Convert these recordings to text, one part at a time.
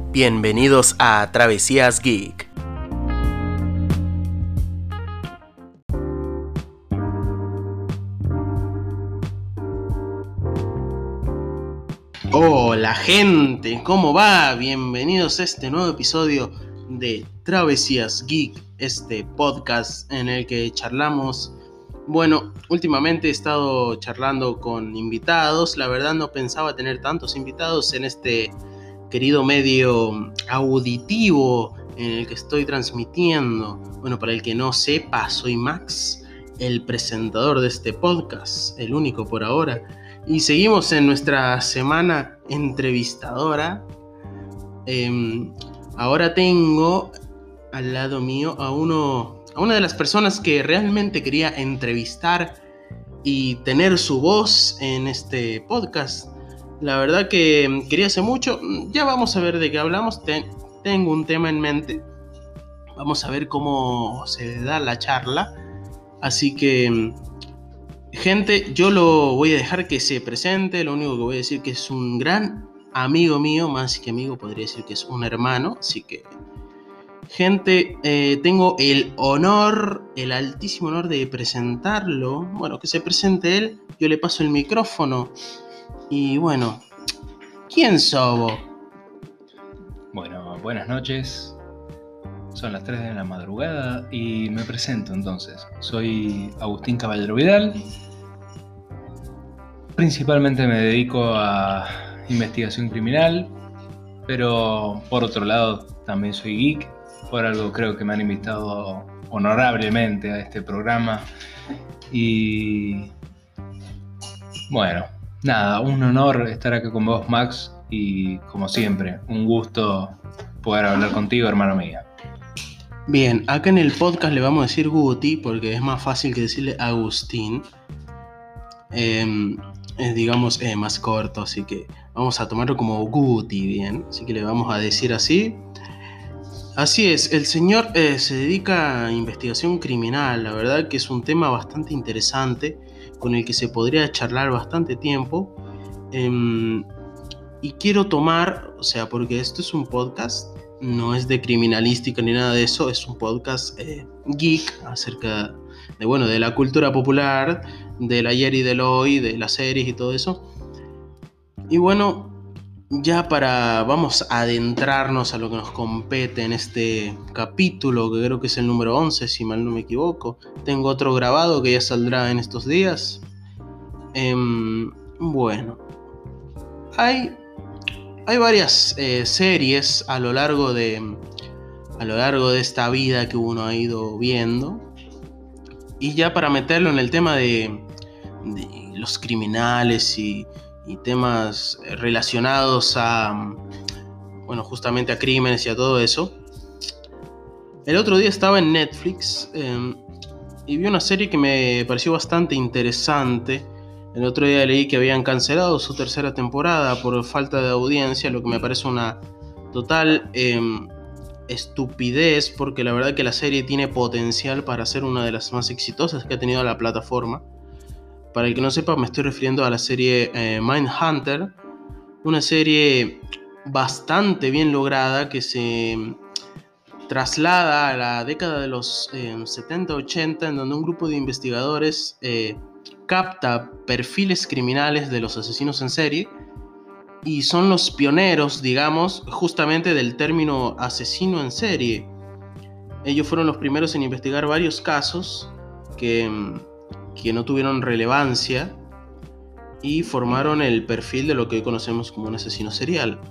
Bienvenidos a Travesías Geek. Hola gente, ¿cómo va? Bienvenidos a este nuevo episodio de Travesías Geek, este podcast en el que charlamos. Bueno, últimamente he estado charlando con invitados. La verdad no pensaba tener tantos invitados en este querido medio auditivo en el que estoy transmitiendo. Bueno, para el que no sepa, soy Max, el presentador de este podcast, el único por ahora. Y seguimos en nuestra semana entrevistadora. Ahora tengo al lado mío a una de las personas que realmente quería entrevistar y tener su voz en este podcast. La verdad que quería hace mucho. Ya vamos a ver de qué hablamos. Tengo un tema en mente. Vamos a ver cómo se da la charla. Así que, gente, yo lo voy a dejar que se presente. Lo único que voy a decir que es un gran amigo mío. Más que amigo, podría decir que es un hermano. Así que, gente, tengo el altísimo honor de presentarlo. Bueno, que se presente él. Yo le paso el micrófono. Y bueno, ¿quién sos vos? Bueno, buenas noches. Son las 3 de la madrugada y me presento entonces. Soy Agustín Caballero Vidal. Principalmente me dedico a investigación criminal, pero por otro lado también soy geek. Por algo creo que me han invitado honorablemente a este programa. Y bueno, nada, un honor estar acá con vos, Max, y como siempre, un gusto poder hablar contigo, hermano mío. Bien, acá en el podcast le vamos a decir Guti porque es más fácil que decirle Agustín. Es, digamos, más corto, así que vamos a tomarlo como Guti, bien. Así que le vamos a decir así. Así es, el señor se dedica a investigación criminal. La verdad que es un tema bastante interesante con el que se podría charlar bastante tiempo. Y quiero tomar, o sea, porque esto es un podcast, no es de criminalística ni nada de eso, es un podcast geek acerca de, bueno, de la cultura popular, del ayer y del hoy, de las series y todo eso. Y bueno, ya vamos a adentrarnos a lo que nos compete en este capítulo, que creo que es el número 11, si mal no me equivoco. Tengo otro grabado que ya saldrá en estos días. Bueno, hay varias series a lo largo de esta vida que uno ha ido viendo. Y ya para meterlo en el tema de los criminales y temas relacionados a, bueno, justamente a crímenes y a todo eso. El otro día estaba en Netflix y vi una serie que me pareció bastante interesante. El otro día leí que habían cancelado su tercera temporada por falta de audiencia, lo que me parece una total estupidez, porque la verdad que la serie tiene potencial para ser una de las más exitosas que ha tenido la plataforma. Para el que no sepa, me estoy refiriendo a la serie Mindhunter, una serie bastante bien lograda que se traslada a la década de los 70-80, en donde un grupo de investigadores capta perfiles criminales de los asesinos en serie y son los pioneros, digamos, justamente del término asesino en serie. Ellos fueron los primeros en investigar varios casos que no tuvieron relevancia y formaron el perfil de lo que hoy conocemos como un asesino serial.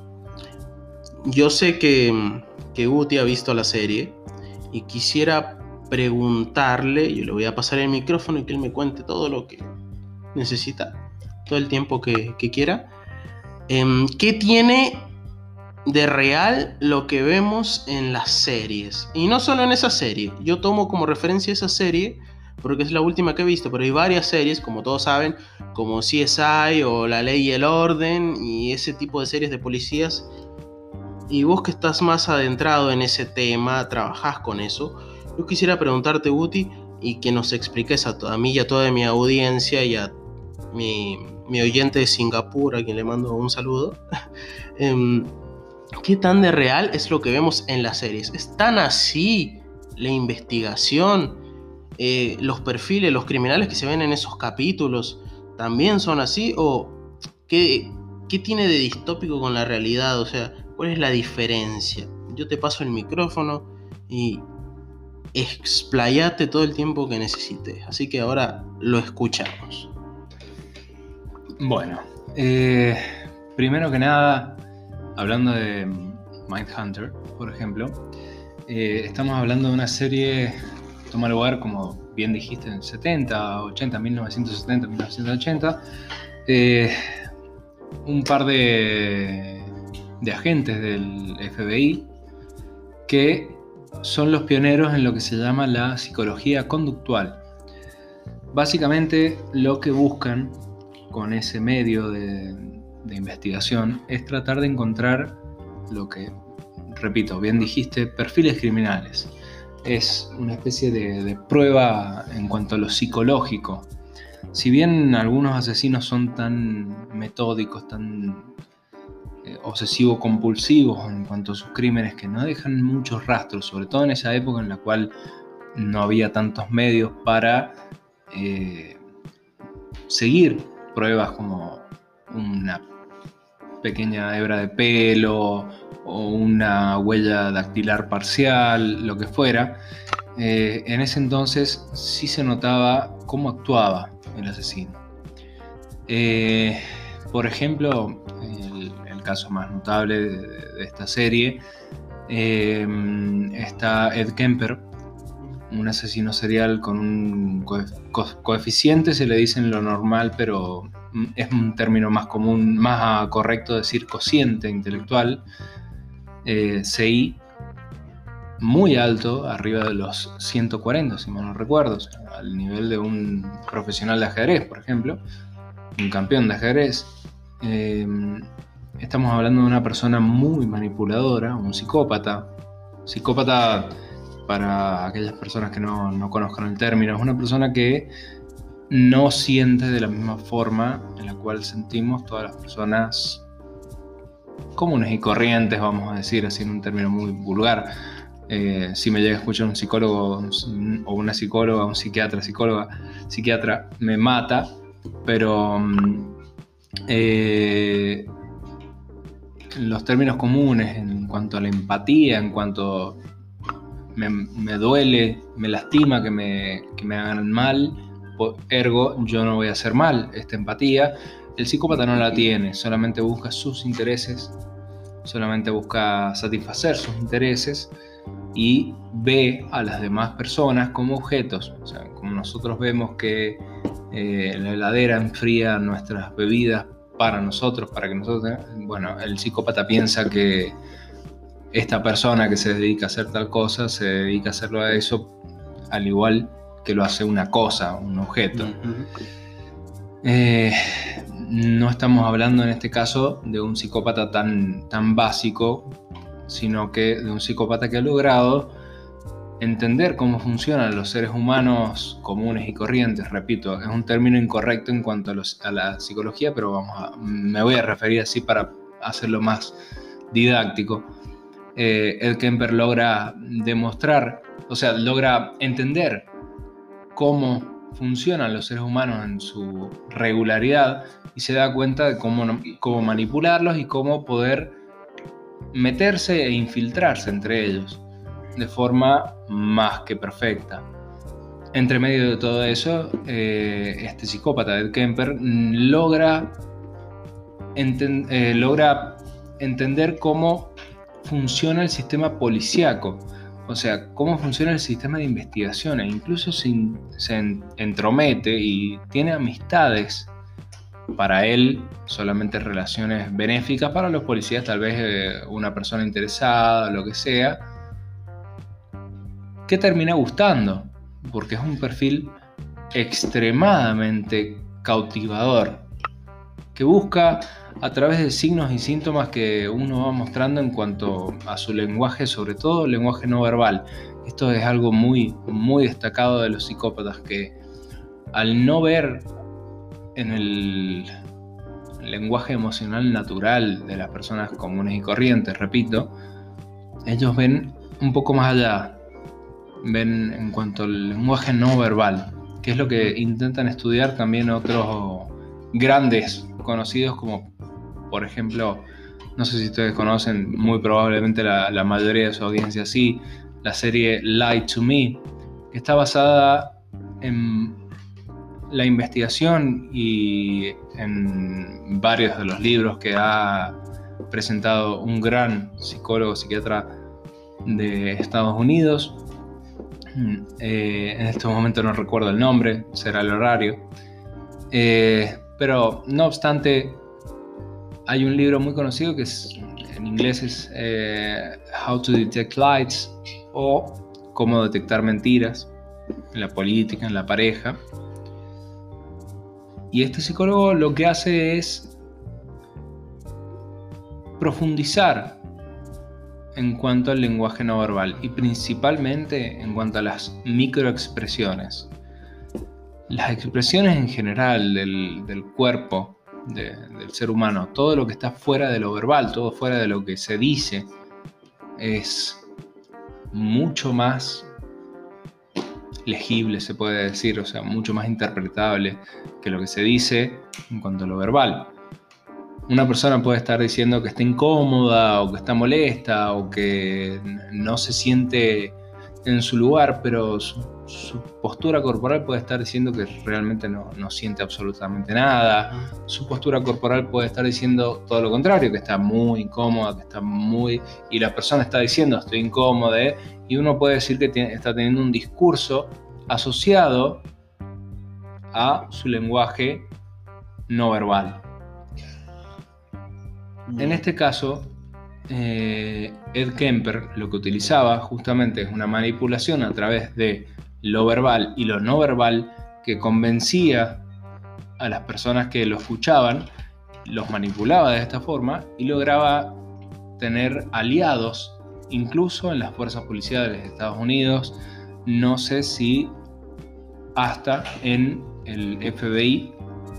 Yo sé que Guti ha visto la serie y quisiera preguntarle, yo le voy a pasar el micrófono y que él me cuente todo lo que necesita, todo el tiempo que quiera. ¿Qué tiene de real lo que vemos en las series? Y no solo en esa serie, yo tomo como referencia esa serie porque es la última que he visto, pero hay varias series, como todos saben, como CSI o La Ley y el Orden y ese tipo de series de policías. Y vos que estás más adentrado en ese tema, trabajás con eso, yo quisiera preguntarte, Guti, y que nos expliques a mí y a toda mi audiencia y a mi oyente de Singapur, a quien le mando un saludo, ¿Qué tan de real es lo que vemos en las series? ¿Es tan así la investigación? ¿Los perfiles, los criminales que se ven en esos capítulos también son así? ¿O qué tiene de distópico con la realidad? O sea, ¿cuál es la diferencia? Yo te paso el micrófono y explayate todo el tiempo que necesites. Así que ahora lo escuchamos. Bueno, primero que nada, hablando de Mindhunter, por ejemplo, estamos hablando de una serie que toma lugar, como bien dijiste, en 70, 80, 1970, 1980. Un par de agentes del FBI que son los pioneros en lo que se llama la psicología conductual. Básicamente lo que buscan con ese medio de investigación es tratar de encontrar lo que, repito, bien dijiste, perfiles criminales. Es una especie de prueba en cuanto a lo psicológico. Si bien algunos asesinos son tan metódicos, tan obsesivo-compulsivos en cuanto a sus crímenes, que no dejan muchos rastros, sobre todo en esa época en la cual no había tantos medios para seguir pruebas como una pequeña hebra de pelo o una huella dactilar parcial, lo que fuera. En ese entonces sí se notaba cómo actuaba el asesino. Por ejemplo, el caso más notable de esta serie, está Ed Kemper, un asesino serial con un coeficiente, se le dice en lo normal, pero es un término más común, más correcto decir cociente intelectual, CI, muy alto, arriba de los 140, si mal no recuerdo, o sea, al nivel de un profesional de ajedrez, por ejemplo, un campeón de ajedrez. Estamos hablando de una persona muy manipuladora, un psicópata. Psicópata, para aquellas personas que no conozcan el término, es una persona que no siente de la misma forma en la cual sentimos todas las personas comunes y corrientes, vamos a decir así en un término muy vulgar. Si me llega a escuchar un psicólogo o una psicóloga, un psiquiatra, me mata, pero los términos comunes en cuanto a la empatía, en cuanto me duele, me lastima que me hagan mal, ergo yo no voy a hacer mal esta empatía. El psicópata no la tiene, solamente busca sus intereses, solamente busca satisfacer sus intereses y ve a las demás personas como objetos. O sea, como nosotros vemos que la heladera enfría nuestras bebidas para nosotros, para que nosotros... Bueno, el psicópata piensa que esta persona que se dedica a hacer tal cosa, se dedica a hacerlo a eso, al igual que lo hace una cosa, un objeto. No estamos hablando en este caso de un psicópata tan básico, sino que de un psicópata que ha logrado entender cómo funcionan los seres humanos comunes y corrientes. Repito, es un término incorrecto en cuanto a la psicología, pero me voy a referir así para hacerlo más didáctico. Ed Kemper logra demostrar, o sea, logra entender cómo funcionan los seres humanos en su regularidad y se da cuenta de cómo manipularlos y cómo poder meterse e infiltrarse entre ellos de forma más que perfecta. Entre medio de todo eso, este psicópata Ed Kemper logra entender cómo funciona el sistema policíaco, o sea, cómo funciona el sistema de investigación, e incluso se entromete y tiene amistades. Para él, solamente relaciones benéficas; para los policías, tal vez una persona interesada, lo que sea, que termina gustando, porque es un perfil extremadamente cautivador, que busca a través de signos y síntomas que uno va mostrando en cuanto a su lenguaje, sobre todo el lenguaje no verbal. Esto es algo muy, muy destacado de los psicópatas, que al no ver en lenguaje emocional natural de las personas comunes y corrientes, repito, ellos ven un poco más allá, ven en cuanto al lenguaje no verbal, que es lo que intentan estudiar también otros grandes conocidos, como por ejemplo, no sé si ustedes conocen, muy probablemente la mayoría de su audiencia sí, la serie Lie to Me, que está basada en la investigación y en varios de los libros que ha presentado un gran psicólogo, psiquiatra de Estados Unidos. En este momento no recuerdo el nombre, será el horario. Pero no obstante, hay un libro muy conocido que en inglés es How to Detect Lies, o Cómo detectar mentiras en la política, en la pareja. Y este psicólogo lo que hace es profundizar en cuanto al lenguaje no verbal y principalmente en cuanto a las microexpresiones. Las expresiones en general del cuerpo del ser humano, todo lo que está fuera de lo verbal, todo fuera de lo que se dice, es mucho más legible, se puede decir, o sea, mucho más interpretable que lo que se dice en cuanto a lo verbal. Una persona puede estar diciendo que está incómoda o que está molesta o que no se siente en su lugar, pero su postura corporal puede estar diciendo que realmente no siente absolutamente nada. Su postura corporal puede estar diciendo todo lo contrario, que está muy incómoda, que está muy... Y la persona está diciendo estoy incómoda, y uno puede decir que está teniendo un discurso asociado a su lenguaje no verbal. En este caso, Ed Kemper lo que utilizaba justamente es una manipulación a través de lo verbal y lo no verbal que convencía a las personas que lo escuchaban, los manipulaba de esta forma y lograba tener aliados incluso en las fuerzas policiales de Estados Unidos, no sé si hasta en el FBI,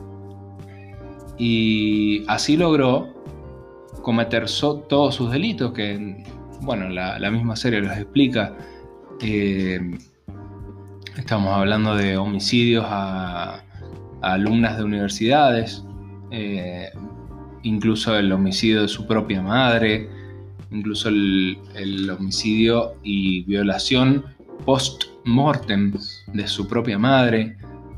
y así logró cometer todos sus delitos que, bueno, la misma serie los explica. Estamos hablando de homicidios a alumnas de universidades, incluso el homicidio de su propia madre, incluso el homicidio y violación post-mortem de su propia madre.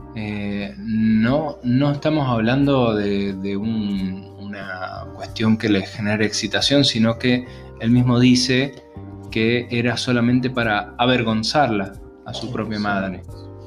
No estamos hablando de una cuestión que le genere excitación, sino que él mismo dice que era solamente para avergonzarla a su propia madre.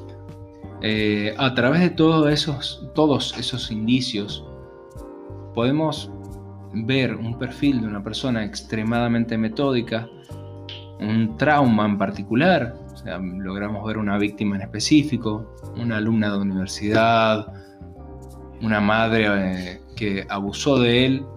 A través de todos esos indicios podemos ver un perfil de una persona extremadamente metódica, un trauma en particular, o sea, logramos ver una víctima en específico, una alumna de universidad, una madre que abusó de él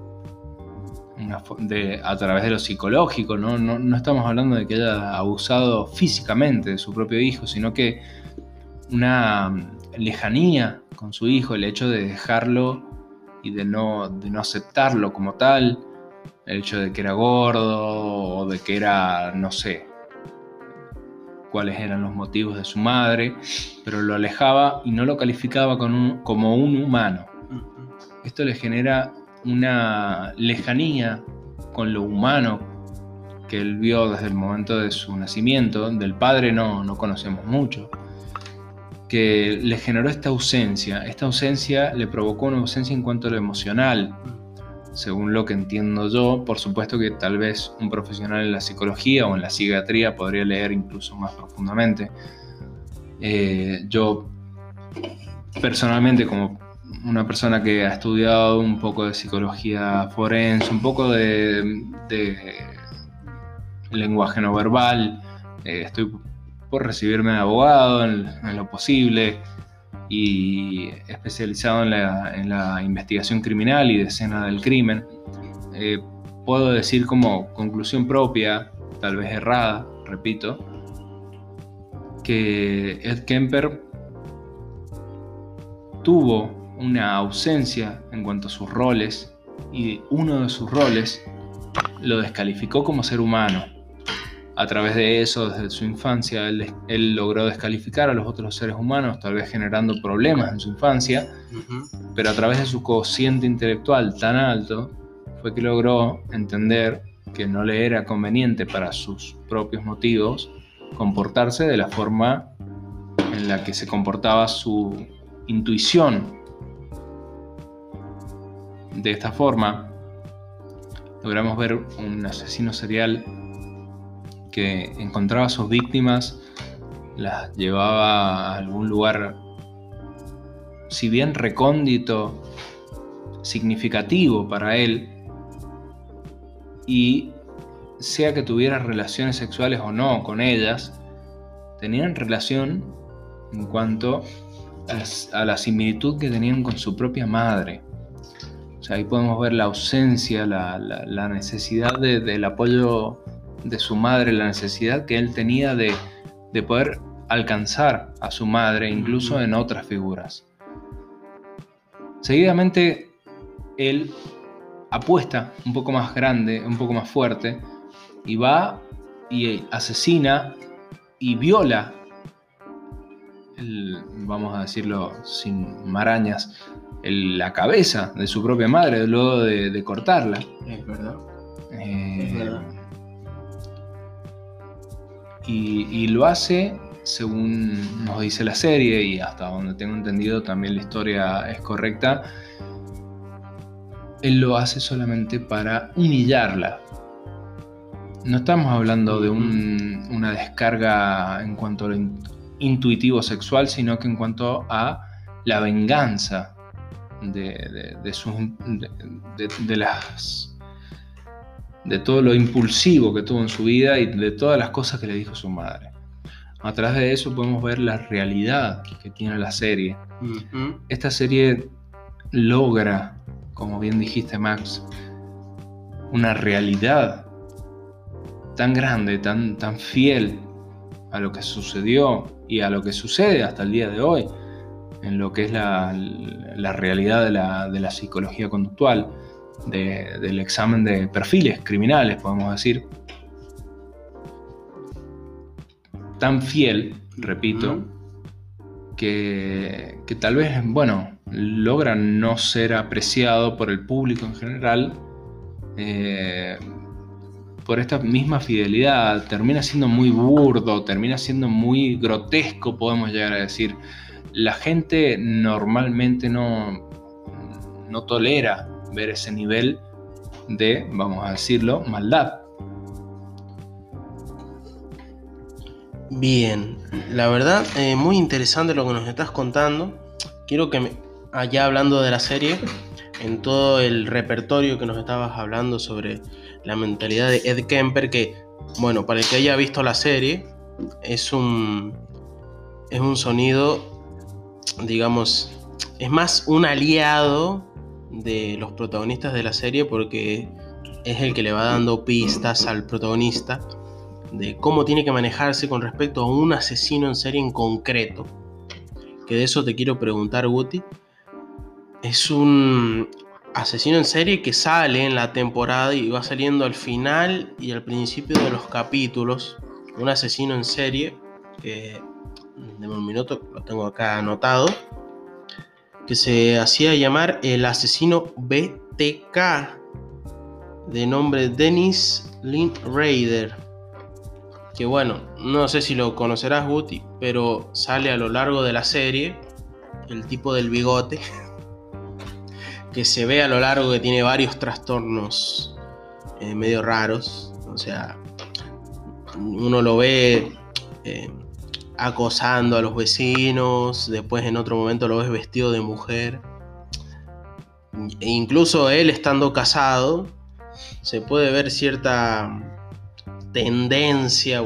a través de lo psicológico, no estamos hablando de que haya abusado físicamente de su propio hijo, sino que una lejanía con su hijo, el hecho de dejarlo y de no aceptarlo como tal, el hecho de que era gordo o de que era, no sé cuáles eran los motivos de su madre, pero lo alejaba y no lo calificaba como un humano. Esto le genera una lejanía con lo humano que él vio desde el momento de su nacimiento. Del padre no conocemos mucho, que le generó esta ausencia le provocó una ausencia en cuanto a lo emocional, según lo que entiendo yo. Por supuesto que tal vez un profesional en la psicología o en la psiquiatría podría leer incluso más profundamente. Yo personalmente, como una persona que ha estudiado un poco de psicología forense, un poco de lenguaje no verbal, estoy por recibirme de abogado en lo posible y especializado en la investigación criminal y de escena del crimen. Puedo decir como conclusión propia, tal vez errada, repito, que Ed Kemper tuvo una ausencia en cuanto a sus roles, y uno de sus roles lo descalificó como ser humano. A través de eso, desde su infancia, él logró descalificar a los otros seres humanos, tal vez generando problemas en su infancia, pero a través de su cociente intelectual tan alto, fue que logró entender que no le era conveniente para sus propios motivos comportarse de la forma en la que se comportaba su intuición. De esta forma, logramos ver un asesino serial que encontraba a sus víctimas, las llevaba a algún lugar, si bien recóndito, significativo para él, y sea que tuviera relaciones sexuales o no con ellas, tenían relación en cuanto a la similitud que tenían con su propia madre. O sea, ahí podemos ver la ausencia, la necesidad del apoyo de su madre, la necesidad que él tenía de poder alcanzar a su madre, incluso en otras figuras. Seguidamente, él apuesta un poco más grande, un poco más fuerte, y va y asesina y viola, vamos a decirlo sin marañas, la cabeza de su propia madre luego de cortarla. Es verdad. Es verdad. Y lo hace, según nos dice la serie, y hasta donde tengo entendido también la historia es correcta, él lo hace solamente para humillarla. No estamos hablando de una descarga en cuanto a lo intuitivo sexual, sino que en cuanto a la venganza de todo lo impulsivo que tuvo en su vida y de todas las cosas que le dijo su madre. A través de eso podemos ver la realidad que tiene la serie. Esta serie logra, como bien dijiste, Max, una realidad tan grande, tan fiel a lo que sucedió y a lo que sucede hasta el día de hoy, en lo que es la realidad de la psicología conductual, del examen de perfiles criminales, podemos decir. Tan fiel, repito, que tal vez, logra no ser apreciado por el público en general, por esta misma fidelidad. Termina siendo muy burdo, termina siendo muy grotesco, podemos llegar a decir. La gente normalmente no tolera ver ese nivel de, vamos a decirlo, maldad. Bien, la verdad, muy interesante lo que nos estás contando. Quiero que allá hablando de la serie, en todo el repertorio que nos estabas hablando sobre la mentalidad de Ed Kemper, que, para el que haya visto la serie, es un sonido, digamos, es más un aliado de los protagonistas de la serie, porque es el que le va dando pistas al protagonista de cómo tiene que manejarse con respecto a un asesino en serie en concreto. Que de eso te quiero preguntar, Guti. Es un asesino en serie que sale en la temporada y va saliendo al final y al principio de los capítulos. Un asesino en serie que, de un minuto, lo tengo acá anotado, que se hacía llamar el asesino BTK, de nombre Dennis Lynn Rader, que no sé si lo conocerás, Guti, pero sale a lo largo de la serie el tipo del bigote, que se ve a lo largo que tiene varios trastornos medio raros. O sea, uno lo ve acosando a los vecinos, después en otro momento lo ves vestido de mujer, e incluso él estando casado se puede ver cierta tendencia.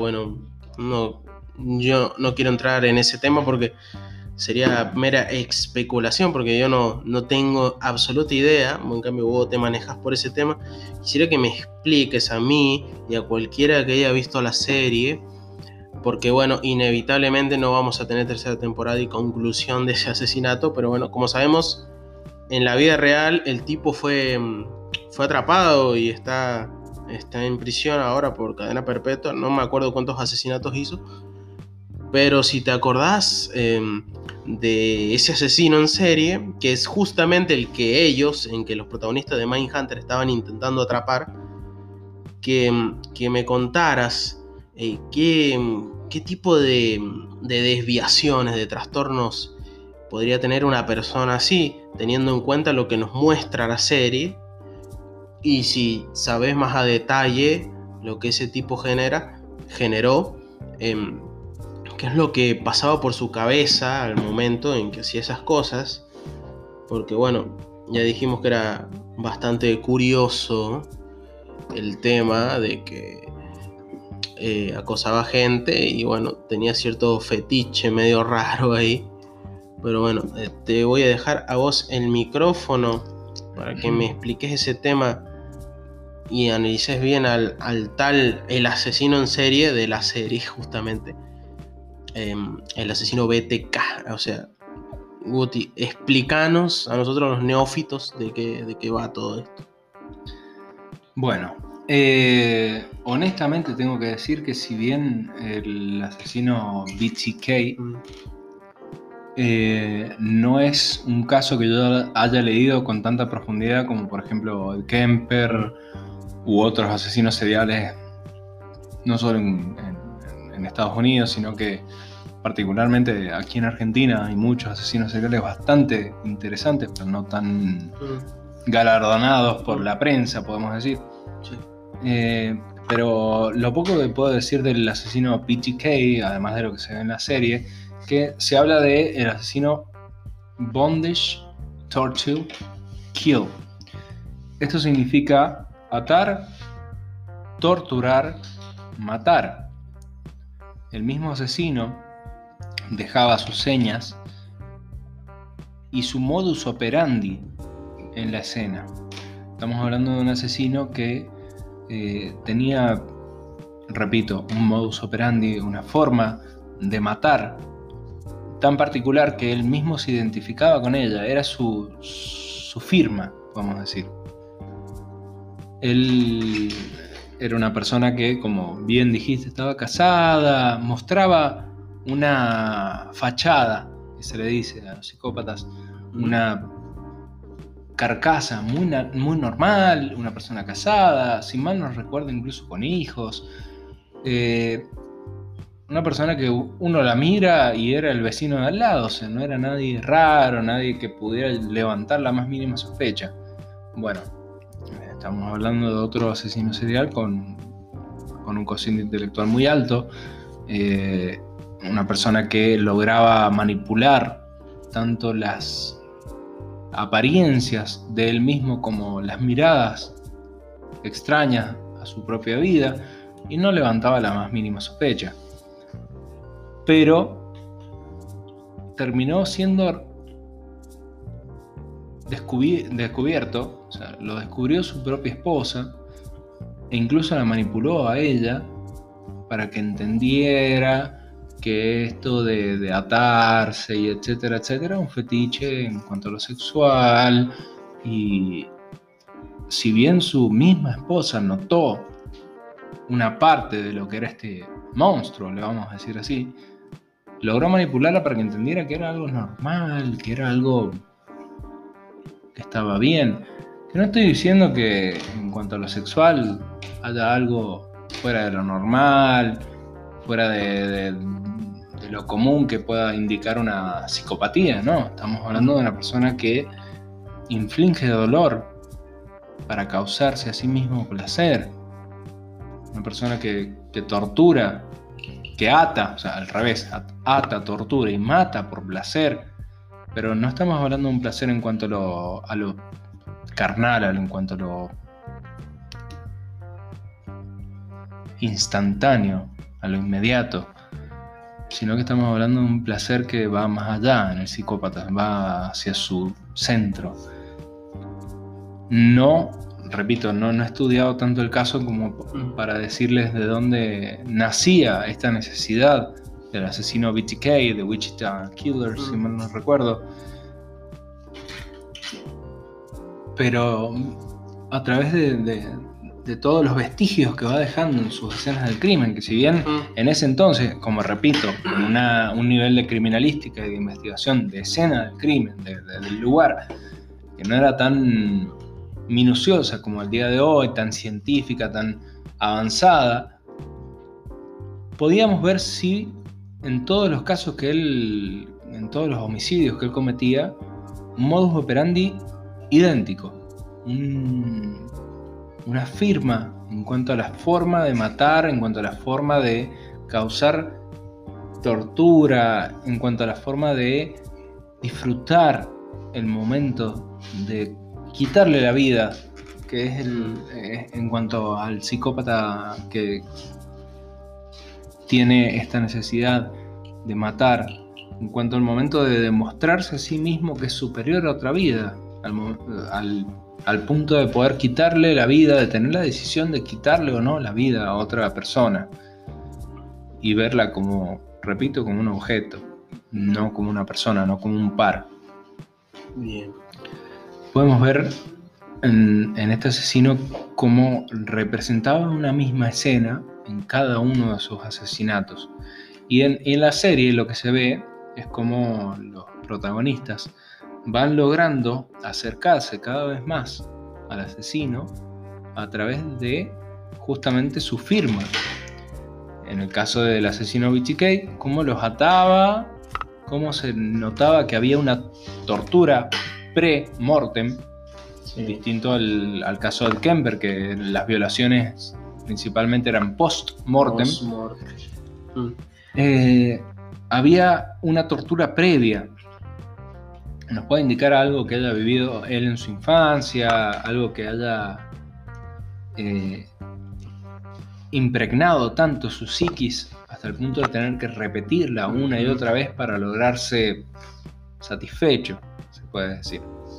Yo no quiero entrar en ese tema porque sería mera especulación, porque yo no tengo absoluta idea. En cambio vos te manejas por ese tema. Quisiera que me expliques a mí y a cualquiera que haya visto la serie, porque inevitablemente no vamos a tener tercera temporada y conclusión de ese asesinato, pero como sabemos, en la vida real el tipo fue atrapado y está en prisión ahora por cadena perpetua. No me acuerdo cuántos asesinatos hizo, pero si te acordás de ese asesino en serie, que es justamente el que los protagonistas de Mindhunter estaban intentando atrapar, que me contaras qué tipo de desviaciones, de trastornos podría tener una persona así, teniendo en cuenta lo que nos muestra la serie, y si sabes más a detalle lo que ese tipo generó, qué es lo que pasaba por su cabeza al momento en que hacía esas cosas, porque bueno, ya dijimos que era bastante curioso el tema de que acosaba gente y bueno, tenía cierto fetiche medio raro ahí. Pero bueno, te voy a dejar a vos el micrófono para que me expliques ese tema y analices bien al el asesino en serie de la serie, justamente. El asesino BTK. O sea, Guti, explícanos a nosotros los neófitos de qué va todo esto. Bueno, honestamente tengo que decir que si bien el asesino BTK no es un caso que yo haya leído con tanta profundidad como por ejemplo el Kemper u otros asesinos seriales, no solo en Estados Unidos, sino que particularmente aquí en Argentina hay muchos asesinos seriales bastante interesantes, pero no tan galardonados por la prensa, podemos decir. Sí. Pero lo poco que puedo decir del asesino BTK, además de lo que se ve en la serie, que se habla de el asesino Bondage, Torture, Kill. Esto significa atar, torturar, matar. El mismo asesino dejaba sus señas y su modus operandi en la escena. Estamos hablando de un asesino que tenía, repito, un modus operandi, una forma de matar tan particular que él mismo se identificaba con ella, era su firma, vamos a decir. Él era una persona que, como bien dijiste, estaba casada, mostraba una fachada, que se le dice a los psicópatas, una carcasa muy normal, una persona casada, si mal no recuerdo incluso con hijos, una persona que uno la mira y era el vecino de al lado, o sea, no era nadie raro, nadie que pudiera levantar la más mínima sospecha. Bueno, estamos hablando de otro asesino serial con un cociente intelectual muy alto, una persona que lograba manipular tanto las apariencias de él mismo como las miradas extrañas a su propia vida y no levantaba la más mínima sospecha. Pero terminó siendo descubierto, o sea, lo descubrió su propia esposa e incluso la manipuló a ella para que entendiera que esto de atarse y etcétera, etcétera, un fetiche en cuanto a lo sexual. Y si bien su misma esposa notó una parte de lo que era este monstruo, le vamos a decir así, logró manipularla para que entendiera que era algo normal, que era algo que estaba bien. Que no estoy diciendo que en cuanto a lo sexual haya algo fuera de lo normal, fuera de lo común que pueda indicar una psicopatía, no. Estamos hablando de una persona que inflige dolor para causarse a sí mismo placer. Una persona que tortura, que ata, o sea, al revés, ata, tortura y mata por placer. Pero no estamos hablando de un placer en cuanto a lo carnal, en cuanto a lo instantáneo, a lo inmediato, sino que estamos hablando de un placer que va más allá en el psicópata, va hacia su centro. No, repito, no he estudiado tanto el caso como para decirles de dónde nacía esta necesidad del asesino BTK, de Wichita Killer, si mal no recuerdo. pero a través de todos los vestigios que va dejando en sus escenas del crimen, que si bien en ese entonces, como repito, con un nivel de criminalística y de investigación de escena del crimen, del lugar, que no era tan minuciosa como el día de hoy, tan científica, tan avanzada, podíamos ver si en todos los casos en todos los homicidios que él cometía, un modus operandi idéntico, una firma en cuanto a la forma de matar, en cuanto a la forma de causar tortura, en cuanto a la forma de disfrutar el momento de quitarle la vida, que es en cuanto al psicópata que tiene esta necesidad de matar, en cuanto al momento de demostrarse a sí mismo que es superior a otra vida, al punto de poder quitarle la vida, de tener la decisión de quitarle o no la vida a otra persona y verla como, repito, como un objeto, no como una persona, no como un par. Bien. Podemos ver en este asesino cómo representaba una misma escena en cada uno de sus asesinatos. Y en la serie lo que se ve es cómo los protagonistas van logrando acercarse cada vez más al asesino a través de justamente su firma. En el caso del asesino BTK, cómo los ataba, cómo se notaba que había una tortura pre-mortem, sí, distinto al caso de Kemper, que las violaciones principalmente eran post-mortem. Había una tortura previa. Nos puede indicar algo que haya vivido él en su infancia, algo que haya impregnado tanto su psiquis hasta el punto de tener que repetirla una y otra vez para lograrse satisfecho, se puede decir.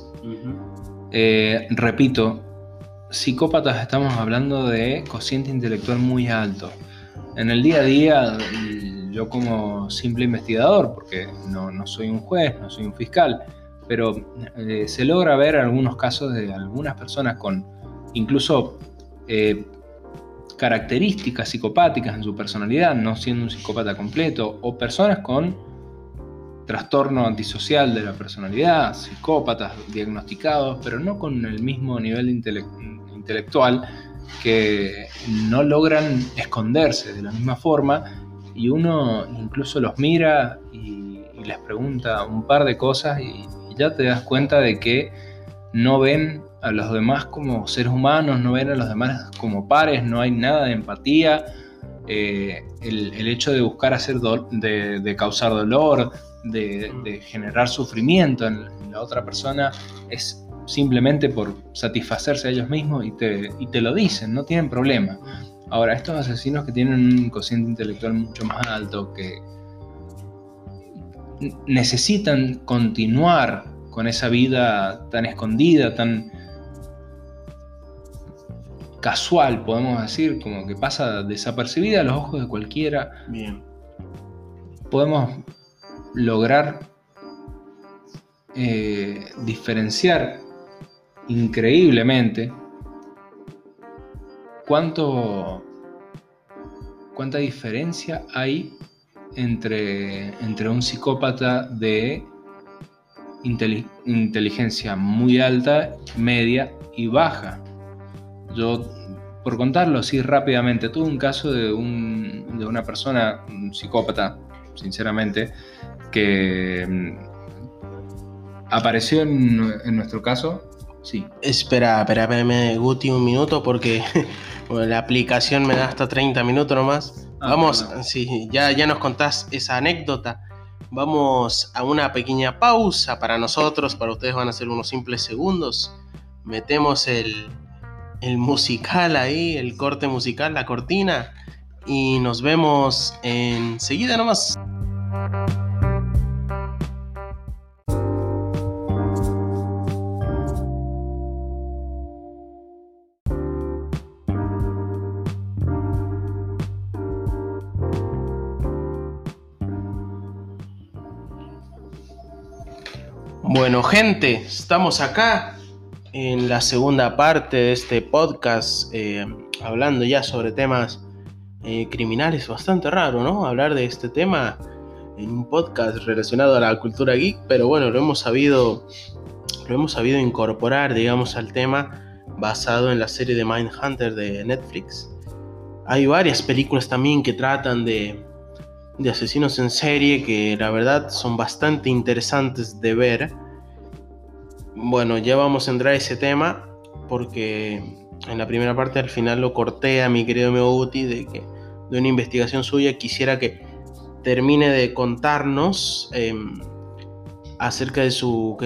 Repito, psicópatas, estamos hablando de cociente intelectual muy alto. En el día a día, yo como simple investigador, porque no soy un juez, no soy un fiscal, pero se logra ver algunos casos de algunas personas con incluso características psicopáticas en su personalidad, no siendo un psicópata completo, o personas con trastorno antisocial de la personalidad, psicópatas diagnosticados, pero no con el mismo nivel intelectual, que no logran esconderse de la misma forma, y uno incluso los mira y les pregunta un par de cosas y ya te das cuenta de que no ven a los demás como seres humanos, no ven a los demás como pares, no hay nada de empatía. El hecho de buscar de causar dolor, de generar sufrimiento en la otra persona es simplemente por satisfacerse a ellos mismos y te lo dicen, no tienen problema. Ahora, estos asesinos que tienen un cociente intelectual mucho más alto, que necesitan continuar con esa vida tan escondida, tan casual, podemos decir, como que pasa desapercibida a los ojos de cualquiera. Bien. Podemos lograr diferenciar increíblemente cuánta diferencia hay entre un psicópata de inteligencia muy alta, media y baja. Yo, por contarlo así rápidamente, tuve un caso de una persona, un psicópata, sinceramente, que apareció en nuestro caso. Sí. Espérame, Guti, un minuto, porque bueno, la aplicación me da hasta 30 minutos nomás. Vamos, no. Sí, ya nos contás esa anécdota. Vamos a una pequeña pausa para nosotros, para ustedes van a ser unos simples segundos. Metemos el musical ahí, el corte musical, la cortina, y nos vemos enseguida nomás. Bueno, gente, estamos acá en la segunda parte de este podcast, hablando ya sobre temas criminales. Bastante raro, ¿no? Hablar de este tema en un podcast relacionado a la cultura geek, pero bueno, lo hemos sabido incorporar, digamos, al tema basado en la serie de Mindhunter de Netflix. Hay varias películas también que tratan de asesinos en serie que la verdad son bastante interesantes de ver. Bueno, ya vamos a entrar a ese tema porque en la primera parte al final lo corté a mi querido amigo Guti de una investigación suya. Quisiera que termine de contarnos acerca de su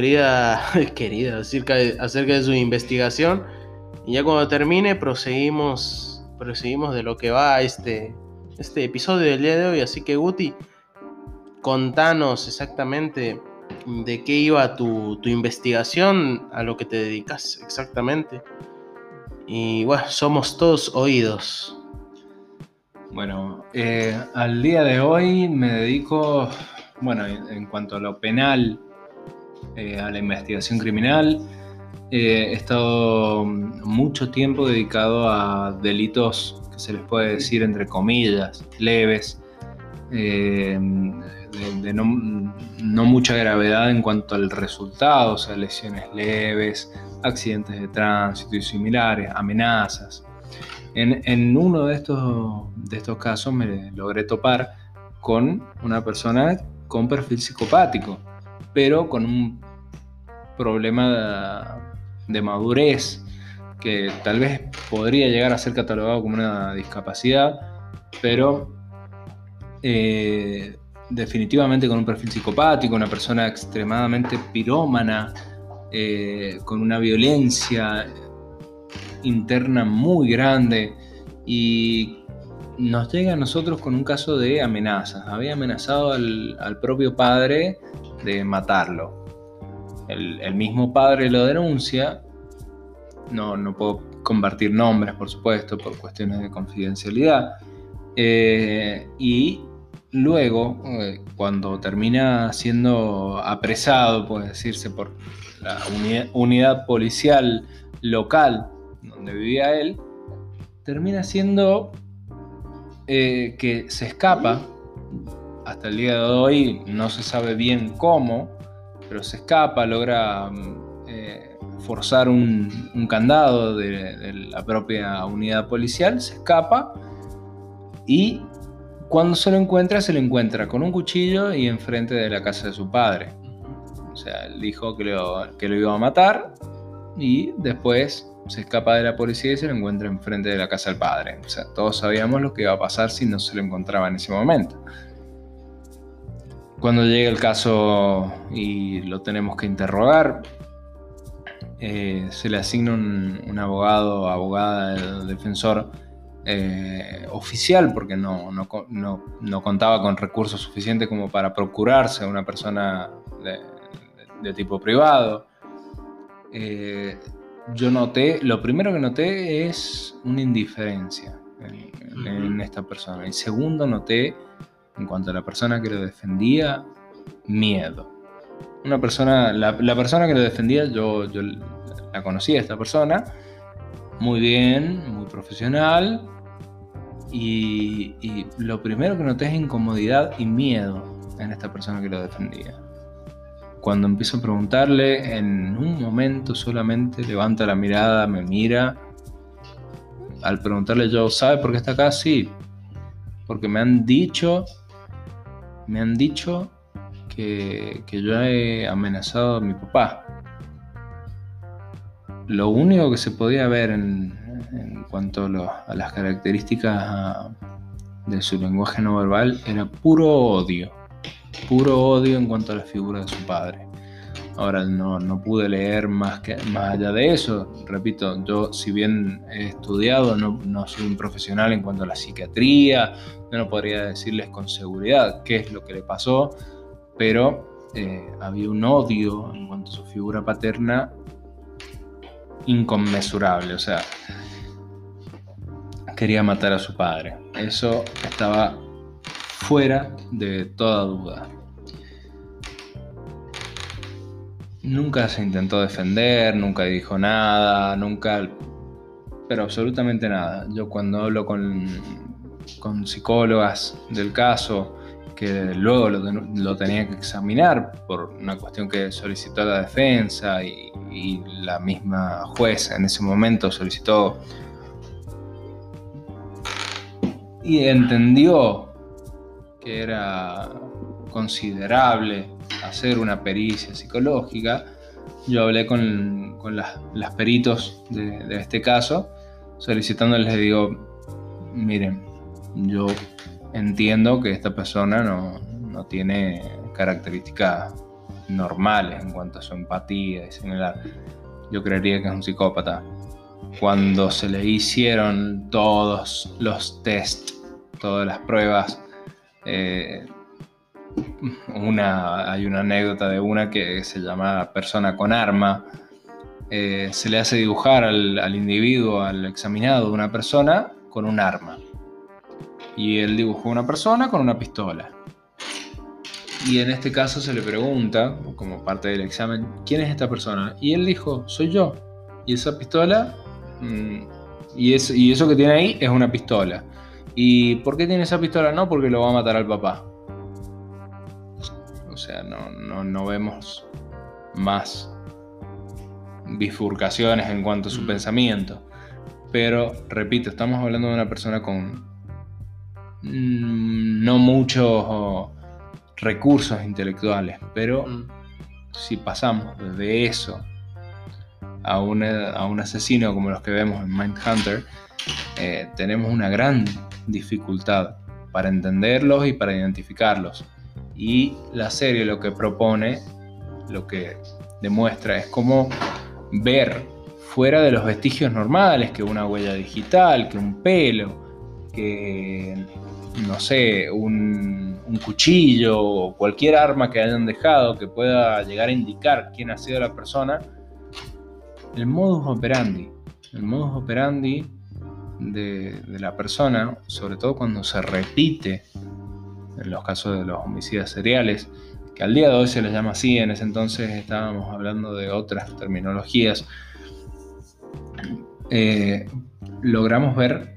acerca de su investigación, y ya cuando termine proseguimos de lo que va este episodio del día de hoy. Así que Guti, contanos exactamente de qué iba tu investigación, a lo que te dedicas exactamente, y bueno, somos todos oídos. Bueno, al día de hoy me dedico, bueno, en cuanto a lo penal, a la investigación criminal. He estado mucho tiempo dedicado a delitos que se les puede decir, entre comillas, leves, de no mucha gravedad en cuanto al resultado, o sea, lesiones leves, accidentes de tránsito y similares, amenazas. En uno de estos casos me logré topar con una persona con perfil psicopático, pero con un problema de madurez que tal vez podría llegar a ser catalogado como una discapacidad, pero definitivamente con un perfil psicopático, una persona extremadamente pirómana, con una violencia interna muy grande, y nos llega a nosotros con un caso de amenazas. Había amenazado al propio padre de matarlo. El mismo padre lo denuncia. No puedo compartir nombres, por supuesto, por cuestiones de confidencialidad. Y luego, cuando termina siendo apresado, puede decirse, por la unidad policial local donde vivía él, termina siendo que se escapa. Hasta el día de hoy no se sabe bien cómo, pero se escapa, logra forzar un candado de la propia unidad policial, se escapa, y cuando se lo encuentra con un cuchillo y enfrente de la casa de su padre. O sea, él dijo que lo iba a matar, y después se escapa de la policía y se lo encuentra enfrente de la casa del padre. O sea, todos sabíamos lo que iba a pasar si no se lo encontraba en ese momento. Cuando llega el caso y lo tenemos que interrogar, se le asigna un abogada, el defensor oficial, porque no contaba con recursos suficientes como para procurarse a una persona de tipo privado. Lo primero que noté es una indiferencia en esta persona. Y segundo, noté, en cuanto a la persona que lo defendía, miedo. La persona que lo defendía, yo la conocía a esta persona muy bien, muy profesional, y lo primero que noté es incomodidad y miedo en esta persona que lo defendía. Cuando empiezo a preguntarle, en un momento solamente levanta la mirada, me mira. Al preguntarle yo, ¿sabe por qué está acá? Sí, porque me han dicho que yo he amenazado a mi papá. Lo único que se podía ver en cuanto a las características de su lenguaje no verbal era puro odio en cuanto a la figura de su padre. Ahora no pude leer más allá de eso. Repito, yo, si bien he estudiado, no soy un profesional en cuanto a la psiquiatría, yo no podría decirles con seguridad qué es lo que le pasó, pero había un odio en cuanto a su figura paterna inconmensurable. O sea, quería matar a su padre. Eso estaba fuera de toda duda. nunca se intentó defender, nunca dijo nada, pero absolutamente nada. Yo cuando hablo con psicólogas del caso, que luego lo tenía que examinar por una cuestión que solicitó la defensa y la misma jueza en ese momento solicitó y entendió que era considerable hacer una pericia psicológica. Yo hablé con las peritos de este caso, solicitándoles, les digo, miren, yo entiendo que esta persona no tiene características normales en cuanto a su empatía y similar. Yo creería que es un psicópata. Cuando se le hicieron todos los test, todas las pruebas, hay una anécdota de una que se llama persona con arma. Se le hace dibujar al individuo, al examinado, una persona con un arma. Y él dibujó una persona con una pistola. Y en este caso se le pregunta, como parte del examen, ¿quién es esta persona? Y él dijo, soy yo. Y esa pistola, y eso que tiene ahí es una pistola. ¿Y por qué tiene esa pistola? No, porque lo va a matar al papá. O sea, no vemos más bifurcaciones en cuanto a su pensamiento. Pero, repito, estamos hablando de una persona con no muchos recursos intelectuales, pero si pasamos de eso a un asesino como los que vemos en Mindhunter, tenemos una gran dificultad para entenderlos y para identificarlos. Y la serie lo que propone, lo que demuestra es cómo ver fuera de los vestigios normales, que una huella digital, que un pelo, que no sé, un cuchillo o cualquier arma que hayan dejado que pueda llegar a indicar quién ha sido la persona. El modus operandi de la persona, sobre todo cuando se repite en los casos de los homicidas seriales, que al día de hoy se les llama así, en ese entonces estábamos hablando de otras terminologías, logramos ver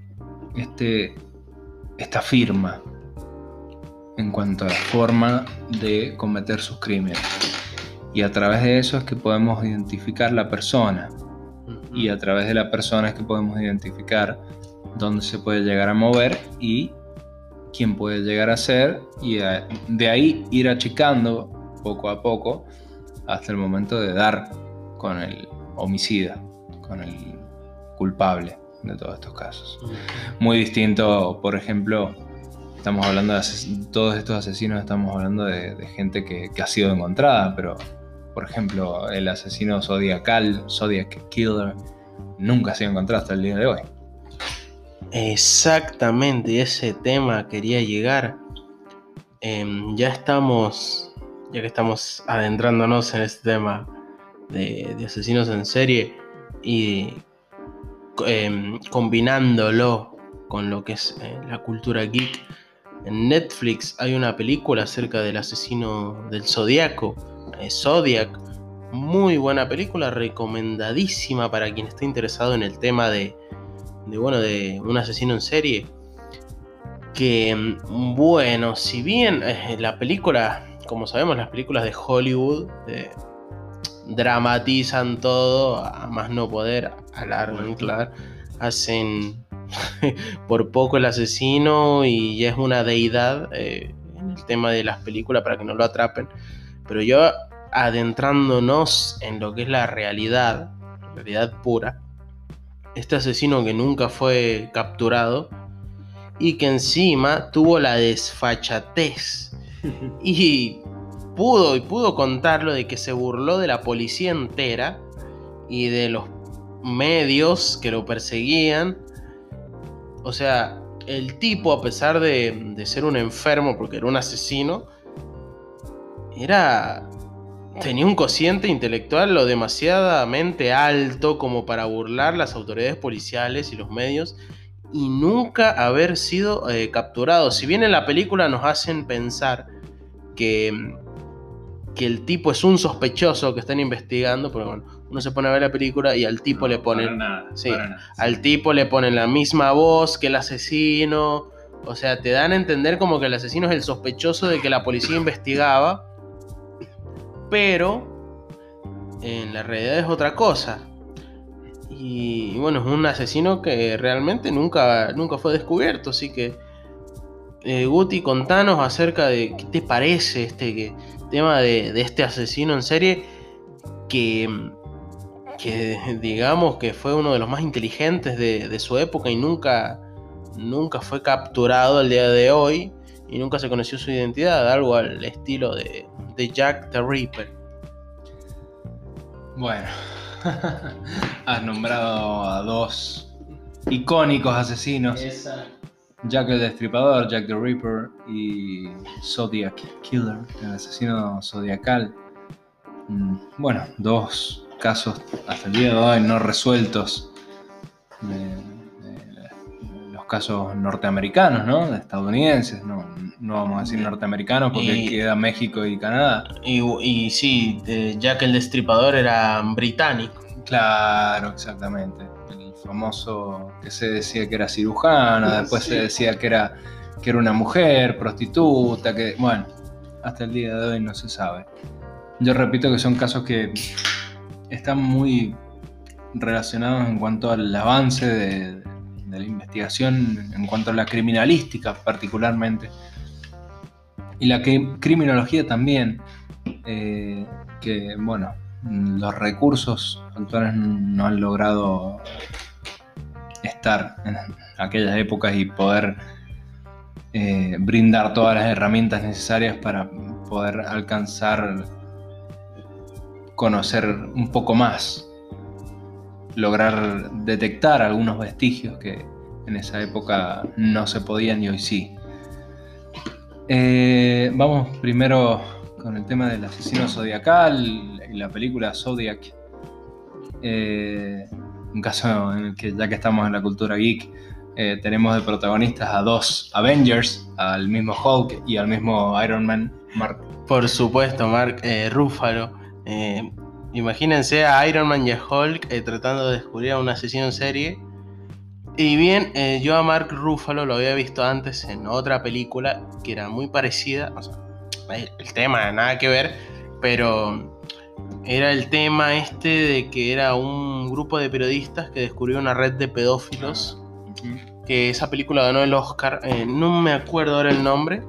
esta firma en cuanto a la forma de cometer sus crímenes. Y a través de eso es que podemos identificar la persona. Y a través de la persona es que podemos identificar dónde se puede llegar a mover y quién puede llegar a ser. Y de ahí ir achicando poco a poco hasta el momento de dar con el homicida, con el culpable de todos estos casos. Muy distinto, por ejemplo, estamos hablando de todos estos asesinos, estamos hablando de gente que ha sido encontrada, pero por ejemplo el asesino Zodiac Killer nunca ha sido encontrado hasta el día de hoy. Exactamente, ese tema quería llegar. Ya que estamos adentrándonos en este tema de asesinos en serie y combinándolo con lo que es la cultura geek, en Netflix hay una película acerca del asesino del Zodíaco, Zodiac. Muy buena película, recomendadísima para quien esté interesado en el tema de un asesino en serie. Que bueno, si bien la película, como sabemos, las películas de Hollywood dramatizan todo a más no poder, alargan, claro, hacen por poco el asesino y ya es una deidad en el tema de las películas para que no lo atrapen. Pero yo, adentrándonos en lo que es la realidad pura, este asesino que nunca fue capturado y que encima tuvo la desfachatez y pudo contarlo de que se burló de la policía entera y de los medios que lo perseguían. O sea, el tipo, a pesar de ser un enfermo porque era un asesino, tenía un cociente intelectual lo demasiadamente alto como para burlar las autoridades policiales y los medios y nunca haber sido capturado. Si bien en la película nos hacen pensar que que el tipo es un sospechoso que están investigando, pero bueno, uno se pone a ver la película y al tipo le ponen... Al tipo le ponen la misma voz que el asesino, o sea, te dan a entender como que el asesino es el sospechoso de que la policía investigaba, pero en la realidad es otra cosa. Y bueno, es un asesino que realmente nunca fue descubierto, así que Guti, contanos acerca de qué te parece este tema de este asesino en serie que digamos que fue uno de los más inteligentes de su época y nunca fue capturado al día de hoy y nunca se conoció su identidad, algo al estilo de Jack the Ripper. Bueno, has nombrado a dos icónicos asesinos. Exacto. Jack el Destripador, Jack the Ripper y Zodiac Killer, el asesino zodiacal. Bueno, dos casos hasta el día de hoy no resueltos de los casos norteamericanos, ¿no? De estadounidenses, no vamos a decir norteamericanos porque queda México y Canadá. Y sí, Jack el Destripador era británico. Claro, exactamente. El famoso que se decía que era cirujano, después se decía que era una mujer, prostituta, que bueno, hasta el día de hoy no se sabe. Yo repito que son casos que están muy relacionados en cuanto al avance de la investigación, en cuanto a la criminalística particularmente, y la criminología también, que bueno, los recursos actuales no han logrado estar en aquellas épocas y poder brindar todas las herramientas necesarias para poder alcanzar, conocer un poco más, lograr detectar algunos vestigios que en esa época no se podían y hoy sí. Vamos primero con el tema del asesino zodiacal y la película Zodiac. Un caso en el que, ya que estamos en la cultura geek, tenemos de protagonistas a dos Avengers, al mismo Hulk y al mismo Iron Man, Mark. Por supuesto, Mark Ruffalo. Imagínense a Iron Man y a Hulk tratando de descubrir a un asesino en serie. Y bien, yo a Mark Ruffalo lo había visto antes en otra película que era muy parecida, o sea, el tema nada que ver, pero era el tema de que era un grupo de periodistas que descubrió una red de pedófilos, que esa película ganó el Oscar, no me acuerdo ahora el nombre.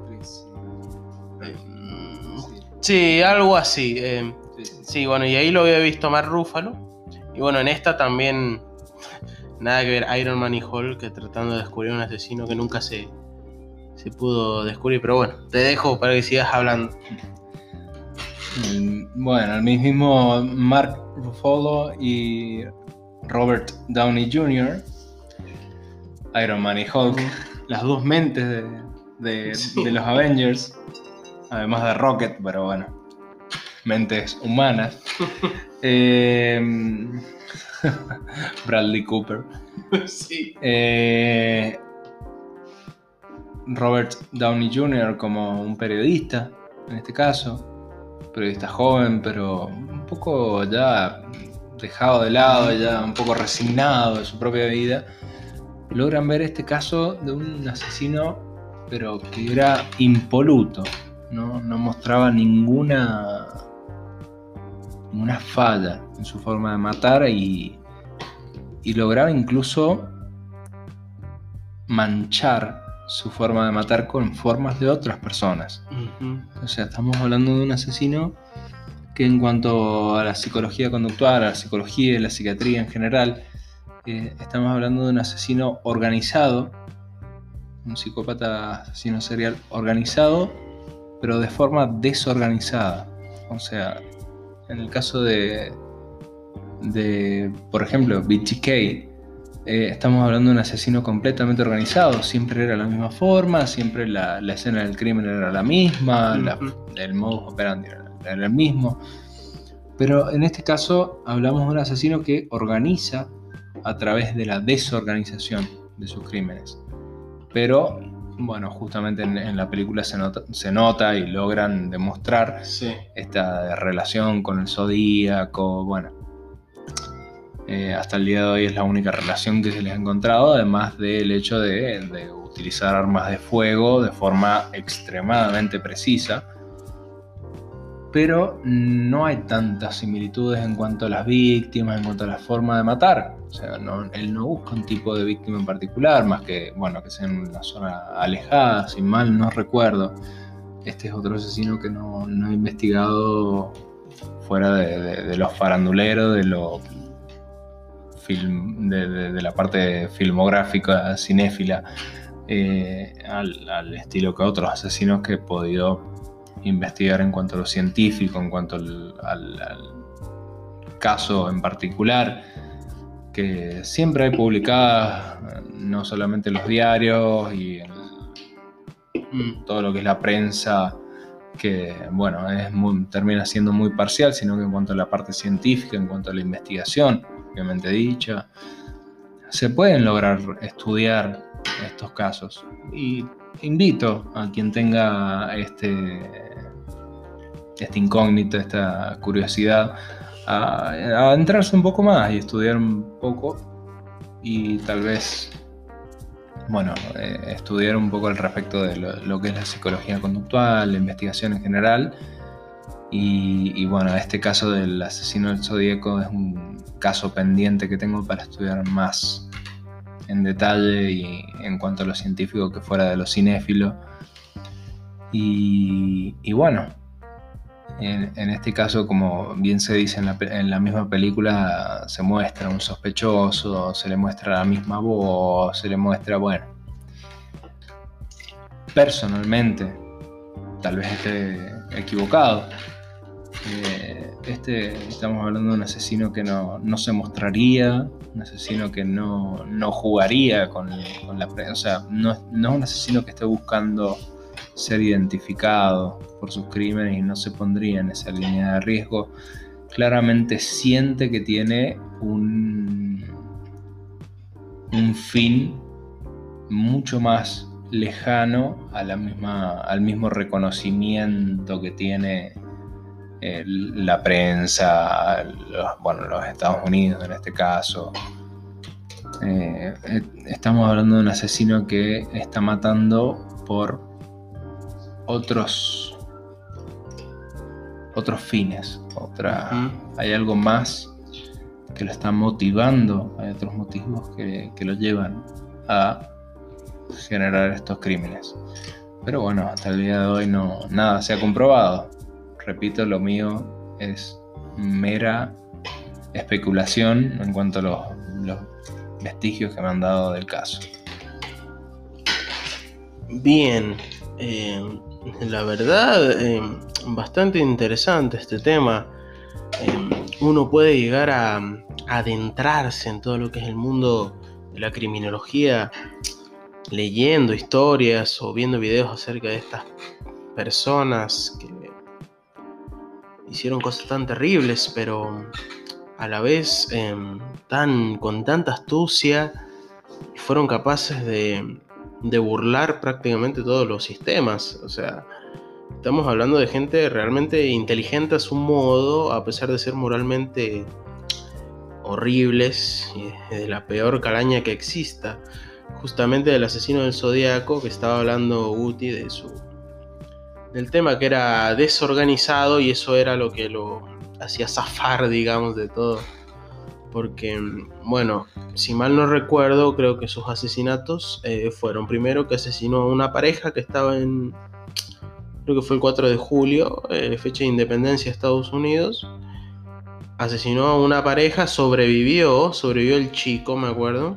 Sí, algo así. Sí, bueno, y ahí lo había visto Mark Ruffalo. Y bueno, en esta también nada que ver, Iron Man y Hulk tratando de descubrir un asesino que nunca se pudo descubrir. Pero bueno, te dejo para que sigas hablando. Bueno, el mismo Mark Ruffalo y Robert Downey Jr., Iron Man y Hulk, las dos mentes de los Avengers, además de Rocket, pero bueno, mentes humanas. Bradley Cooper. Sí. Robert Downey Jr. como un periodista, en este caso, periodista joven, pero un poco ya dejado de lado, ya un poco resignado de su propia vida, logran ver este caso de un asesino, pero que era impoluto, no mostraba ninguna falla en su forma de matar y lograba incluso manchar su forma de matar con formas de otras personas. O sea, estamos hablando de un asesino que, en cuanto a la psicología conductual, a la psicología y la psiquiatría en general, estamos hablando de un asesino organizado, un psicópata asesino serial organizado, pero de forma desorganizada. O sea, en el caso de por ejemplo, BTK, estamos hablando de un asesino completamente organizado. Siempre era la misma forma, siempre la escena del crimen era la misma, el modus operandi era el mismo. Pero en este caso hablamos de un asesino que organiza a través de la desorganización de sus crímenes. Pero bueno, justamente en la película se nota y logran demostrar esta relación con el zodíaco. Bueno, hasta el día de hoy es la única relación que se les ha encontrado, además del hecho de utilizar armas de fuego de forma extremadamente precisa. Pero no hay tantas similitudes en cuanto a las víctimas, en cuanto a la forma de matar. O sea, él no busca un tipo de víctima en particular, más que, bueno, que sea en una zona alejada, si mal no recuerdo. Este es otro asesino que no he investigado fuera de los faranduleros, de la parte filmográfica, cinéfila, al estilo que otros asesinos que he podido investigar en cuanto a lo científico, en cuanto al caso en particular, que siempre hay publicadas, no solamente en los diarios y en todo lo que es la prensa, que bueno, termina siendo muy parcial, sino que en cuanto a la parte científica, en cuanto a la investigación, obviamente dicha, se pueden lograr estudiar estos casos. Y invito a quien tenga este incógnito, esta curiosidad, a adentrarse un poco más y estudiar un poco, y tal vez, bueno, estudiar un poco al respecto de lo que es la psicología conductual, la investigación en general. Y bueno, este caso del asesino del Zodíaco es un caso pendiente que tengo para estudiar más en detalle y en cuanto a lo científico que fuera de lo cinéfilo. Y bueno, en este caso, como bien se dice en la misma película, se muestra un sospechoso, se le muestra la misma voz, se le muestra, bueno, personalmente, tal vez esté equivocado. Estamos hablando de un asesino que no se mostraría, un asesino que no jugaría con la prensa, o sea, no es un asesino que esté buscando ser identificado por sus crímenes y no se pondría en esa línea de riesgo. Claramente siente que tiene un fin mucho más lejano al mismo reconocimiento que tiene la prensa, los Estados Unidos en este caso. Estamos hablando de un asesino que está matando por otros fines. Hay algo más que lo está motivando, hay otros motivos que lo llevan a generar estos crímenes. Pero bueno, hasta el día de hoy nada se ha comprobado. Repito, lo mío es mera especulación en cuanto a los vestigios que me han dado del caso. Bien, la verdad, bastante interesante este tema. Uno puede llegar a adentrarse en todo lo que es el mundo de la criminología, leyendo historias o viendo videos acerca de estas personas que hicieron cosas tan terribles, pero a la vez con tanta astucia, fueron capaces de burlar prácticamente todos los sistemas. O sea, estamos hablando de gente realmente inteligente a su modo, a pesar de ser moralmente horribles y de la peor calaña que exista. Justamente del asesino del Zodíaco que estaba hablando Guti, del tema que era desorganizado, y eso era lo que lo hacía zafar, digamos, de todo. Porque, bueno, si mal no recuerdo, creo que sus asesinatos fueron primero que asesinó a una pareja que estaba creo que fue el 4 de julio, fecha de independencia de Estados Unidos. Asesinó a una pareja, sobrevivió el chico, me acuerdo.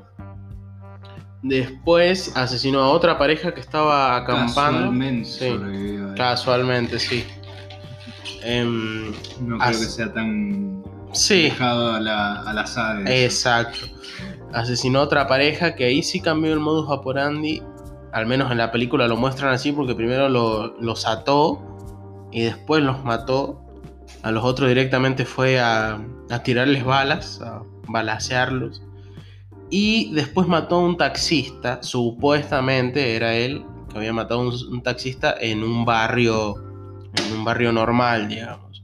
Después asesinó a otra pareja que estaba acampando. Casualmente, sí. No creo que sea tan dejado al azar. Exacto. Asesinó a otra pareja que ahí sí cambió el modus operandi. Al menos en la película lo muestran así, porque primero los ató y después los mató. A los otros directamente fue a tirarles balas, a balacearlos. Y después mató a un taxista, supuestamente era él, que había matado a un taxista en un barrio normal, digamos.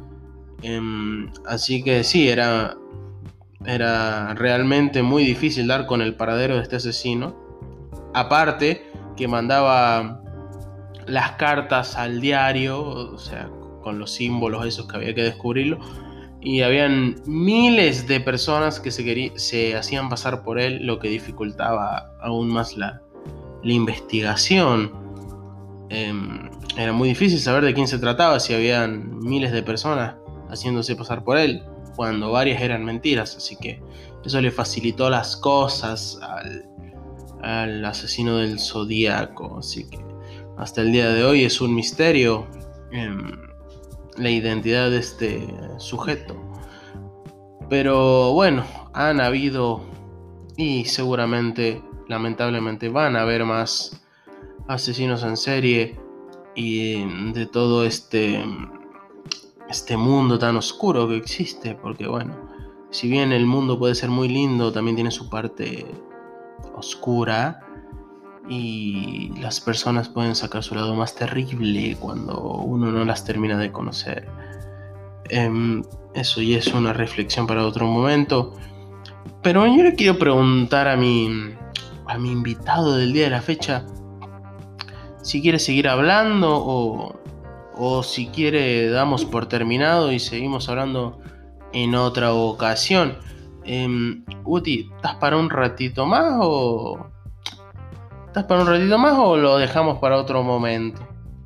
Así que sí, era realmente muy difícil dar con el paradero de este asesino. Aparte que mandaba las cartas al diario, o sea, con los símbolos esos que había que descubrirlo, y habían miles de personas que se hacían pasar por él, lo que dificultaba aún más la investigación. Era muy difícil saber de quién se trataba si habían miles de personas haciéndose pasar por él, cuando varias eran mentiras, así que eso le facilitó las cosas al asesino del Zodíaco. Así que hasta el día de hoy es un misterio la identidad de este sujeto. Pero bueno, han habido y seguramente, lamentablemente, van a haber más asesinos en serie y de todo este mundo tan oscuro que existe, porque bueno, si bien el mundo puede ser muy lindo, también tiene su parte oscura y las personas pueden sacar su lado más terrible cuando uno no las termina de conocer. Eso ya es una reflexión para otro momento, pero yo le quiero preguntar a mi invitado del día de la fecha si quiere seguir hablando o si quiere damos por terminado y seguimos hablando en otra ocasión. Uti, ¿estás para un ratito más o lo dejamos para otro momento?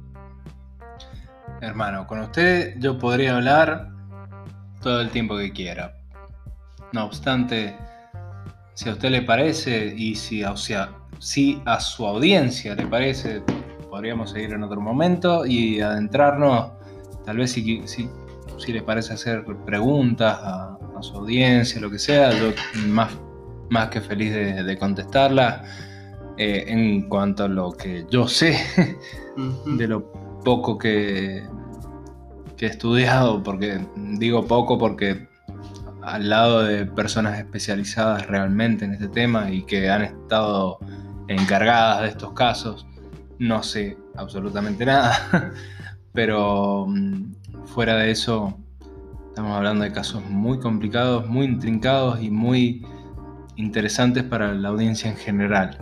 Hermano, con usted yo podría hablar todo el tiempo que quiera. No obstante, si a usted le parece y si a su audiencia le parece, podríamos seguir en otro momento y adentrarnos, tal vez si les parece hacer preguntas a su audiencia, lo que sea, yo más que feliz de contestarla. En cuanto a lo que yo sé, de lo poco que he estudiado, porque digo poco porque al lado de personas especializadas realmente en este tema y que han estado encargadas de estos casos, no sé absolutamente nada. Pero fuera de eso, estamos hablando de casos muy complicados, muy intrincados y muy interesantes para la audiencia en general.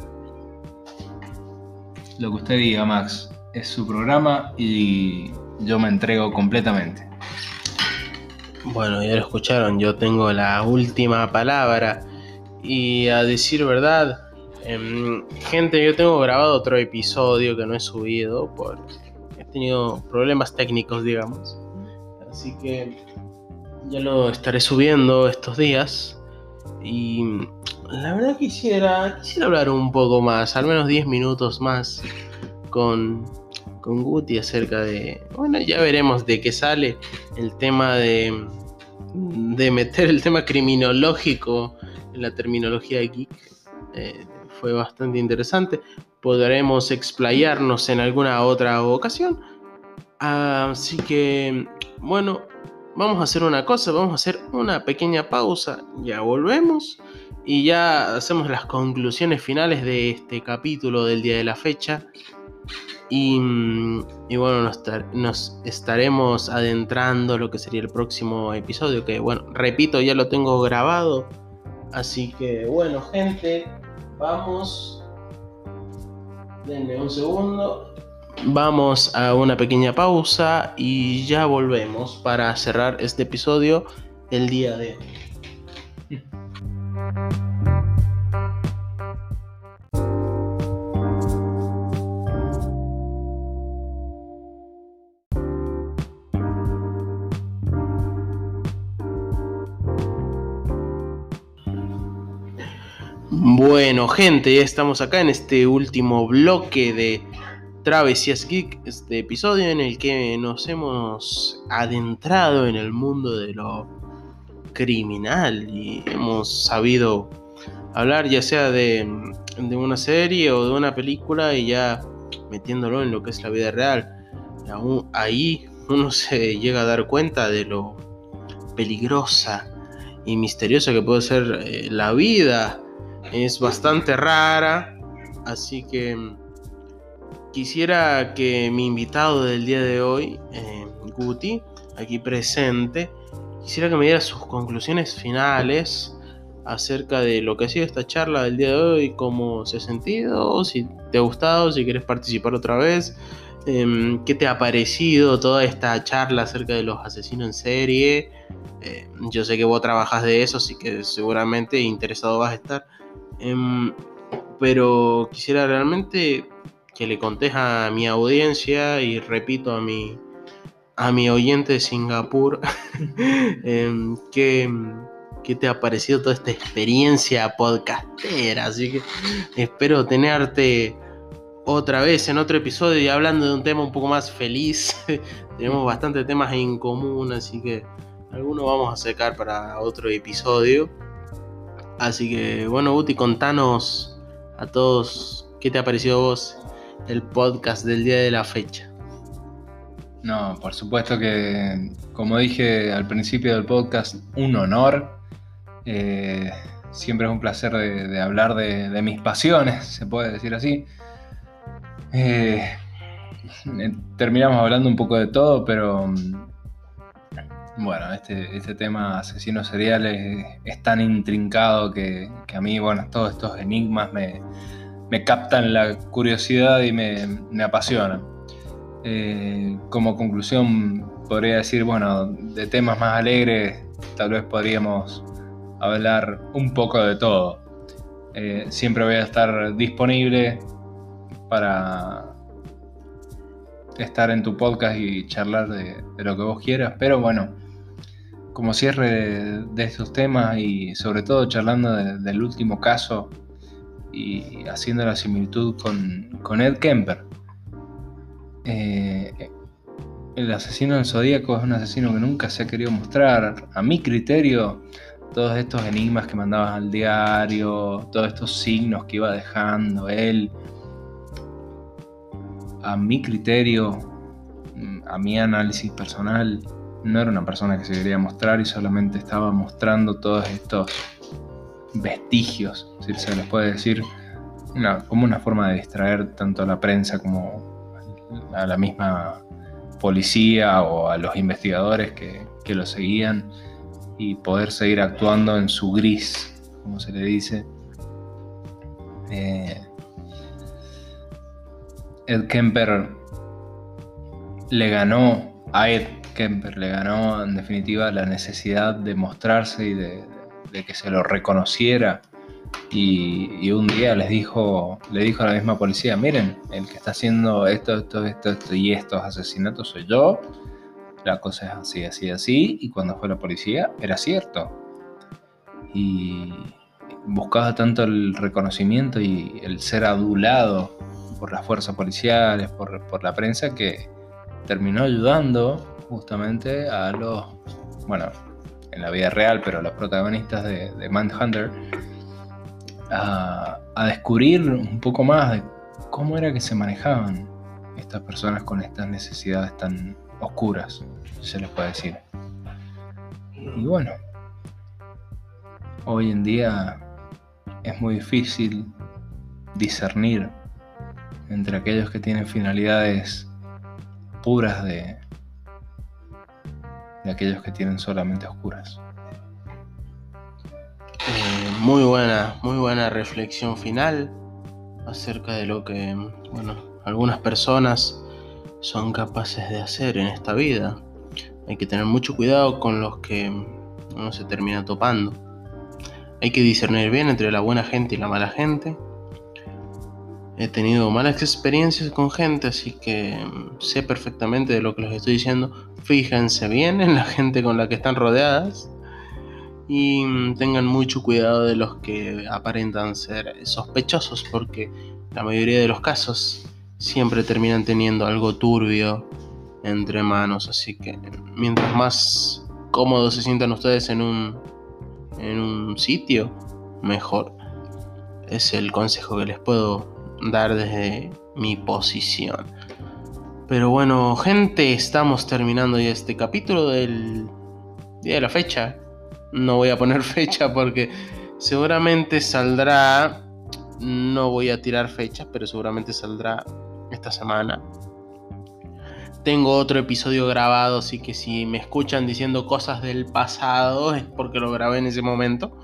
Lo que usted diga, Max, es su programa y yo me entrego completamente. Bueno, ya lo escucharon, yo tengo la última palabra. Y a decir verdad, gente, yo tengo grabado otro episodio que no he subido porque he tenido problemas técnicos, digamos. Así que ya lo estaré subiendo estos días. Y la verdad quisiera hablar un poco más, al menos 10 minutos más con Guti acerca de... Bueno, ya veremos de qué sale el tema de meter el tema criminológico en la terminología geek. Fue bastante interesante. Podremos explayarnos en alguna otra ocasión. Así que, bueno, vamos a hacer una cosa, vamos a hacer una pequeña pausa, ya volvemos y ya hacemos las conclusiones finales de este capítulo del día de la fecha. Y bueno, nos estaremos adentrando lo que sería el próximo episodio, que bueno, repito, ya lo tengo grabado. Así que bueno, gente, vamos. Denme un segundo. Vamos a una pequeña pausa y ya volvemos para cerrar este episodio el día de hoy. Bueno, gente, ya estamos acá en este último bloque de Travesías Geek, este episodio en el que nos hemos adentrado en el mundo de lo criminal y hemos sabido hablar ya sea de una serie o de una película y ya metiéndolo en lo que es la vida real. Ahí uno se llega a dar cuenta de lo peligrosa y misteriosa que puede ser la vida. Es bastante rara, así que quisiera que mi invitado del día de hoy, Guti, aquí presente, quisiera que me diera sus conclusiones finales acerca de lo que ha sido esta charla del día de hoy, cómo se ha sentido, si te ha gustado, si quieres participar otra vez, qué te ha parecido toda esta charla acerca de los asesinos en serie. Yo sé que vos trabajás de eso, así que seguramente interesado vas a estar. Pero quisiera realmente que le contés a mi audiencia y repito a mi oyente de Singapur qué te ha parecido toda esta experiencia podcastera. Así que espero tenerte otra vez en otro episodio y hablando de un tema un poco más feliz. Tenemos bastantes temas en común, así que algunos vamos a sacar para otro episodio. Así que bueno, Guti, contanos a todos qué te ha parecido a vos el podcast del día de la fecha. No, por supuesto que, como dije al principio del podcast, un honor. Siempre es un placer de hablar de mis pasiones, se puede decir así. Terminamos hablando un poco de todo, pero bueno, este tema asesinos seriales es tan intrincado que a mí, bueno, todos estos enigmas me captan la curiosidad y me apasionan. Como conclusión podría decir, bueno, de temas más alegres tal vez podríamos hablar un poco de todo. Siempre voy a estar disponible para estar en tu podcast y charlar de lo que vos quieras, pero bueno, como cierre de estos temas y sobre todo charlando del último caso y haciendo la similitud con Ed Kemper. El asesino del Zodíaco es un asesino que nunca se ha querido mostrar. A mi criterio, todos estos enigmas que mandabas al diario, todos estos signos que iba dejando él, a mi criterio, a mi análisis personal, no era una persona que se quería mostrar y solamente estaba mostrando todos estos vestigios, si se les puede decir, como una forma de distraer tanto a la prensa como a la misma policía o a los investigadores que lo seguían y poder seguir actuando en su gris, como se le dice. Ed Kemper le ganó en definitiva la necesidad de mostrarse y de que se lo reconociera. Y un día le dijo a la misma policía: miren, el que está haciendo esto y estos asesinatos soy yo, la cosa es así, y cuando fue la policía era cierto. Y buscaba tanto el reconocimiento y el ser adulado por las fuerzas policiales, por la prensa, que terminó ayudando justamente a los, bueno, en la vida real, pero a los protagonistas de Mindhunter, a descubrir un poco más de cómo era que se manejaban estas personas con estas necesidades tan oscuras, se les puede decir. Y bueno, hoy en día es muy difícil discernir entre aquellos que tienen finalidades puras de aquellos que tienen solamente oscuras. Muy buena reflexión final acerca de lo que, bueno, algunas personas son capaces de hacer en esta vida. Hay que tener mucho cuidado con los que uno se termina topando. Hay que discernir bien entre la buena gente y la mala gente. He tenido malas experiencias con gente, así que sé perfectamente de lo que les estoy diciendo. Fíjense bien en la gente con la que están rodeadas y tengan mucho cuidado de los que aparentan ser sospechosos, porque la mayoría de los casos siempre terminan teniendo algo turbio entre manos. Así que mientras más cómodos se sientan ustedes en un sitio, mejor. Es el consejo que les puedo dar desde mi posición. Pero bueno, gente, estamos terminando ya este capítulo del día de la fecha. No voy a poner fecha porque seguramente saldrá, no voy a tirar fechas, pero seguramente saldrá esta semana. Tengo otro episodio grabado, así que si me escuchan diciendo cosas del pasado es porque lo grabé en ese momento.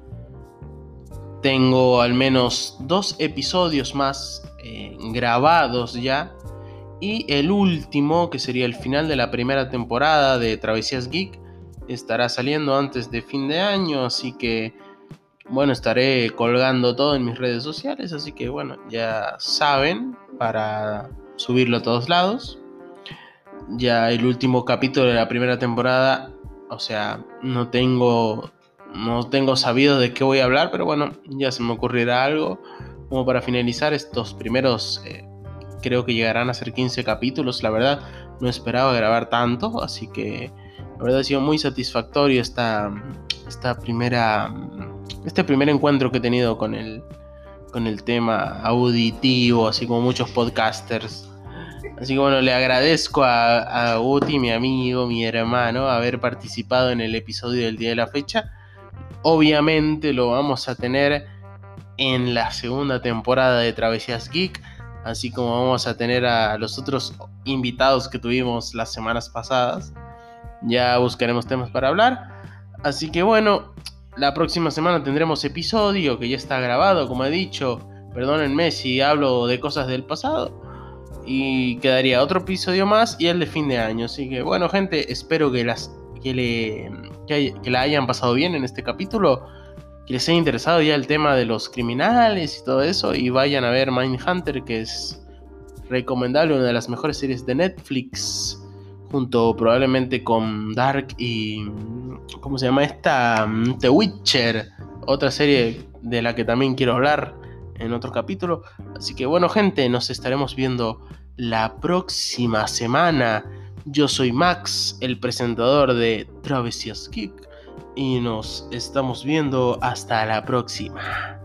Tengo al menos 2 episodios más grabados ya. Y el último, que sería el final de la primera temporada de Travesías Geek, estará saliendo antes de fin de año. Así que, bueno, estaré colgando todo en mis redes sociales. Así que, bueno, ya saben, para subirlo a todos lados. Ya el último capítulo de la primera temporada, o sea, no tengo sabido de qué voy a hablar, pero bueno, ya se me ocurrirá algo como para finalizar estos primeros, creo que llegarán a ser 15 capítulos. La verdad, no esperaba grabar tanto, así que la verdad ha sido muy satisfactorio este primer encuentro que he tenido con el tema auditivo, así como muchos podcasters. Así que bueno, le agradezco a Guti, mi amigo, mi hermano, haber participado en el episodio del día de la fecha. Obviamente lo vamos a tener en la segunda temporada de Travesías Geek, así como vamos a tener a los otros invitados que tuvimos las semanas pasadas. Ya buscaremos temas para hablar. Así que bueno, la próxima semana tendremos episodio que ya está grabado, como he dicho. Perdónenme si hablo de cosas del pasado. Y quedaría otro episodio más y el de fin de año. Así que bueno, gente, espero que la hayan pasado bien en este capítulo, que les haya interesado ya el tema de los criminales y todo eso, y vayan a ver Mindhunter, que es recomendable, una de las mejores series de Netflix, junto probablemente con Dark y ¿cómo se llama esta? The Witcher, otra serie de la que también quiero hablar en otro capítulo. Así que bueno, gente, nos estaremos viendo la próxima semana. Yo soy Max, el presentador de Travesías Geek, y nos estamos viendo hasta la próxima.